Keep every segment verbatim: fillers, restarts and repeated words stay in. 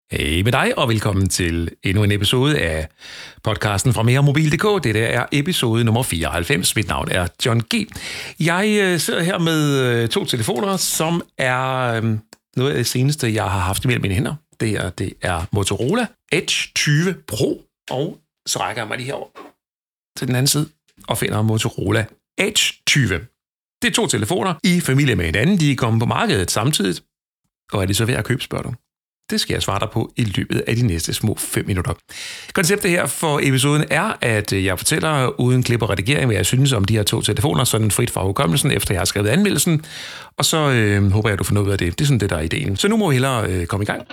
Hej med dig, og velkommen til endnu en episode af podcasten fra meremobil punktum d k. Det der er episode nummer fireoghalvfems. Mit navn er John G. Jeg øh, sidder her med øh, to telefoner, som er øh, noget af det seneste, jeg har haft imellem mine hænder. Det er, det er Motorola Edge tyve Pro, og så rækker jeg mig lige herover til den anden side og finder Motorola Edge tyve. Det er to telefoner i familie med hinanden. De er kommet på markedet samtidigt. Og er de så ved at købe, spørger du? Det skal jeg svare dig på i løbet af de næste små fem minutter. Konceptet her for episoden er, at jeg fortæller uden klip og redigering, hvad jeg synes om de her to telefoner, sådan frit fra hukommelsen, efter jeg har skrevet anmeldelsen. Og så øh, håber jeg, at du får noget ud af det. Det er sådan det, der er ideen. Så nu må vi hellere øh, komme i gang.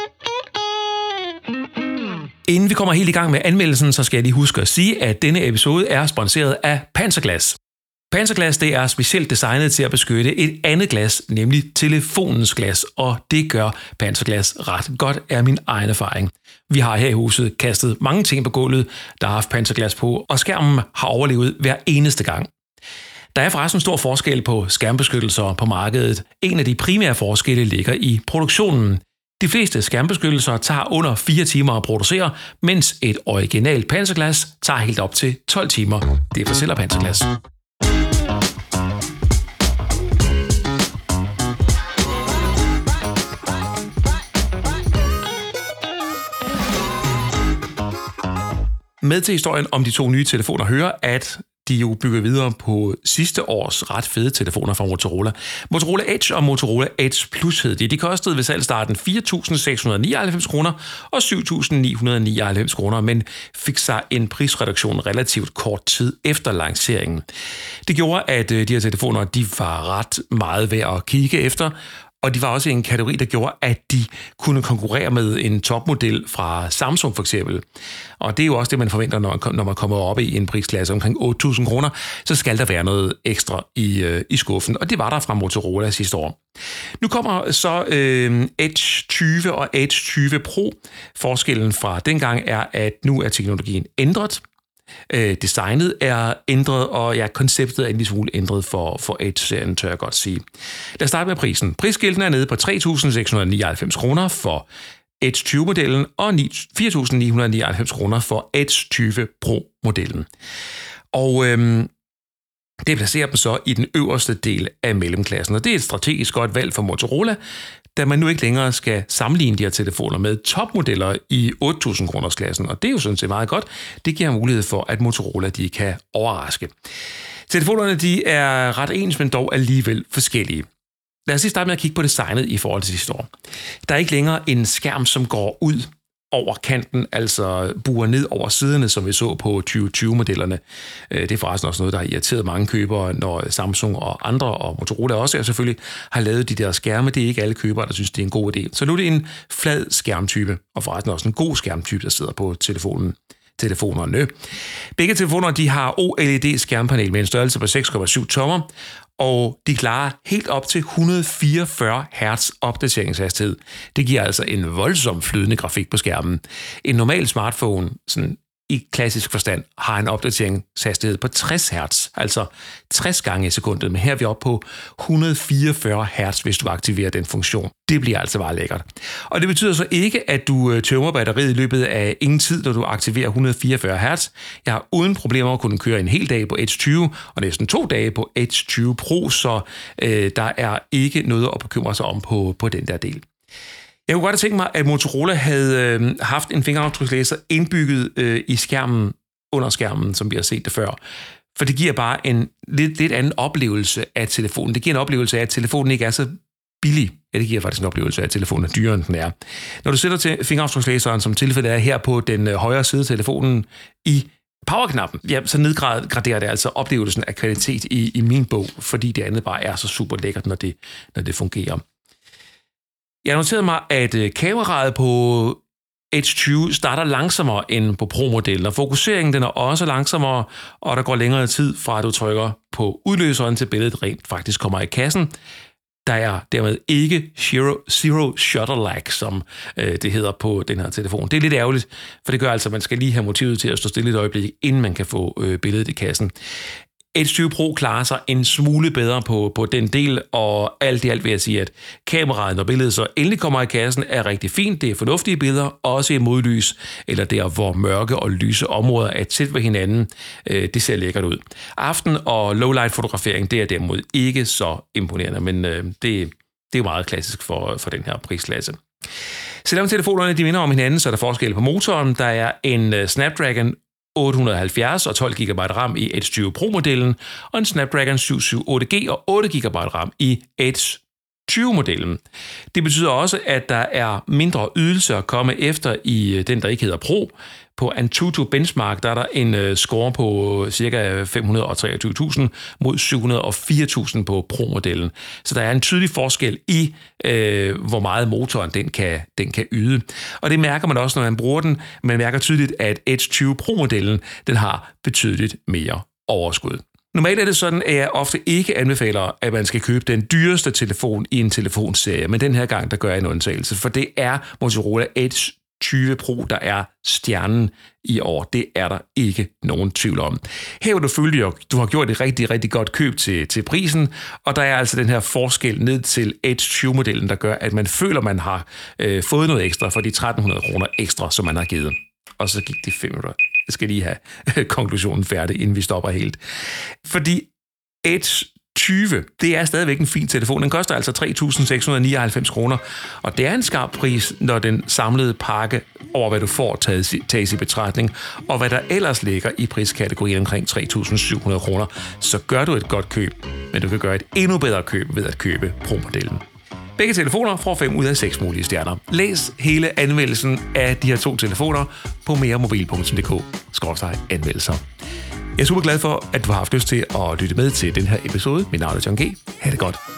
Inden vi kommer helt i gang med anmeldelsen, så skal jeg lige huske at sige, at denne episode er sponsoreret af Panzerglas. Panzerglas, det er specielt designet til at beskytte et andet glas, nemlig telefonens glas, og det gør Panzerglas ret godt, er min egen erfaring. Vi har her i huset kastet mange ting på gulvet, der har haft Panzerglas på, og skærmen har overlevet hver eneste gang. Der er forresten stor forskel på skærmbeskyttelser på markedet. En af de primære forskelle ligger i produktionen. De fleste skærmbeskyttelser tager under fire timer at producere, mens et originalt Panzerglas tager helt op til tolv timer. Det fortæller Panzerglas. Med til historien om de to nye telefoner hører, at de jo bygger videre på sidste års ret fede telefoner fra Motorola. Motorola Edge og Motorola Edge Plus hed de. De kostede ved salgstarten fire tusind seks hundrede nioghalvfems kroner og syv tusind ni hundrede nioghalvfems kroner, men fik sig en prisreduktion relativt kort tid efter lanceringen. Det gjorde, at de her telefoner de var ret meget værd at kigge efter, og de var også i en kategori, der gjorde, at de kunne konkurrere med en topmodel fra Samsung for eksempel. Og det er jo også det, man forventer, når man kommer op i en prisklasse omkring otte tusind kroner, så skal der være noget ekstra i, i skuffen. Og det var der fra Motorola sidste år. Nu kommer så øh, Edge tyve og Edge tyve Pro. Forskellen fra dengang er, at nu er teknologien ændret. Øh, designet er ændret, og ja, konceptet er en lille smule ændret for, for Edge-serien, tør jeg godt sige. Lad os starte med prisen. Prisskilten er nede på tre tusind seks hundrede nioghalvfems kroner for Edge tyve-modellen og fire tusind ni hundrede nioghalvfems kroner for Edge tyve Pro-modellen. Og øhm, det placerer dem så i den øverste del af mellemklassen, og det er et strategisk godt valg for Motorola, da man nu ikke længere skal sammenligne de her telefoner med topmodeller i otte tusind kroners klassen, og det er jo sådan set meget godt. Det giver mulighed for, at Motorola de kan overraske. Telefonerne de er ret ens, men dog alligevel forskellige. Lad os lige starte med at kigge på designet i forhold til sidste år. Der er ikke længere en skærm, som går ud over kanten, altså buer ned over siderne, som vi så på tyve tyve-modellerne. Det er forresten også noget, der har irriteret mange købere, når Samsung og andre, og Motorola også selvfølgelig, har lavet de der skærme. Det er ikke alle købere, der synes, det er en god idé. Så nu er det en flad skærmtype, og forresten også en god skærmtype, der sidder på telefonen. telefonerne. Begge telefoner de har O L E D-skærmpanel med en størrelse på seks komma syv tommer, og de klarer helt op til et hundrede fireogfyrre hertz opdateringshastighed. Det giver altså en voldsom flydende grafik på skærmen. En normal smartphone, sådan i klassisk forstand, har en opdateringshastighed på tres hertz, altså tres gange i sekundet, men her er vi oppe på et hundrede fireogfyrre hertz, hvis du aktiverer den funktion. Det bliver altså bare lækkert. Og det betyder så ikke, at du tømmer batteriet i løbet af ingen tid, når du aktiverer et hundrede fireogfyrre hertz. Jeg har uden problemer kunne køre en hel dag på Edge tyve, og næsten to dage på Edge tyve Pro, så øh, der er ikke noget at bekymre sig om på, på den der del. Jeg kunne godt have tænkt mig, at Motorola havde øh, haft en fingeraftrykslæser indbygget øh, i skærmen, under skærmen, som vi har set det før. For det giver bare en lidt, lidt anden oplevelse af telefonen. Det giver en oplevelse af, at telefonen ikke er så billig. Ja, det giver faktisk en oplevelse af, at telefonen er dyrere, end den er. Når du sætter til fingeraftrykslæseren, som tilfældet er her på den højre side af telefonen i powerknappen, ja, så nedgraderer det altså oplevelsen af kvalitet i, i min bog, fordi det andet bare er så super lækkert, når det, når det fungerer. Jeg noterede mig, at kameraet på Edge tyve starter langsommere end på Pro-modellen, og fokuseringen den er også langsommere, og der går længere tid fra, at du trykker på udløseren til billedet rent faktisk kommer i kassen. Der er dermed ikke zero, zero shutter lag, som øh, det hedder på den her telefon. Det er lidt ærgerligt, for det gør altså, at man skal lige have motivet til at stå stille et øjeblik, inden man kan få øh, billedet i kassen. Edge tyve Pro klarer sig en smule bedre på, på den del, og alt i alt vil jeg sige, at kameraet, når billedet så endelig kommer i kassen, er rigtig fint. Det er fornuftige billeder, også i modlys, eller der, hvor mørke og lyse områder er tæt ved hinanden. Det ser lækkert ud. Aften- og lowlight-fotografering, det er derimod ikke så imponerende, men det, det er jo meget klassisk for, for den her prisklasse. Selvom telefonerne de minder om hinanden, så er der forskel på motoren. Der er en Snapdragon otte hundrede og halvfjerds og tolv gigabyte RAM i Edge tyve Pro-modellen, og en Snapdragon syv syv otte G og otte gigabyte RAM i Edge tyve-modellen. Det betyder også, at der er mindre ydelse at komme efter i den, der ikke hedder Pro. På Antutu Benchmark der er der en score på ca. fem hundrede og treogtyve tusind mod syv hundrede og fire tusind på Pro-modellen. Så der er en tydelig forskel i, øh, hvor meget motoren den kan, den kan yde. Og det mærker man også, når man bruger den. Man mærker tydeligt, at Edge tyve Pro-modellen den har betydeligt mere overskud. Normalt er det sådan, at jeg ofte ikke anbefaler, at man skal købe den dyreste telefon i en telefonserie, men den her gang, der gør jeg en undtagelse, for det er Motorola Edge tyve Pro, der er stjernen i år. Det er der ikke nogen tvivl om. Her vil du føle, at du har gjort et rigtig, rigtig godt køb til, til prisen, og der er altså den her forskel ned til Edge tyve-modellen, der gør, at man føler, at man har øh, fået noget ekstra for de tretten hundrede kroner ekstra, som man har givet. Og så gik de fem minutter. Jeg skal lige have konklusionen færdig, inden vi stopper helt. Fordi Edge tyve, det er stadigvæk en fin telefon. Den koster altså tre tusind seks hundrede og nioghalvfems kroner, og det er en skarp pris, når den samlede pakke over, hvad du får, tages i betragtning, og hvad der ellers ligger i priskategorien omkring tre tusind syv hundrede kroner, så gør du et godt køb, men du kan gøre et endnu bedre køb ved at købe Pro-modellen. Begge telefoner får fem ud af seks mulige stjerner. Læs hele anmeldelsen af de her to telefoner på meremobil punktum d k skråstreg anmeldelser. Jeg er super glad for, at du har haft lyst til at lytte med til den her episode. Mit navn er John G. Ha' det godt.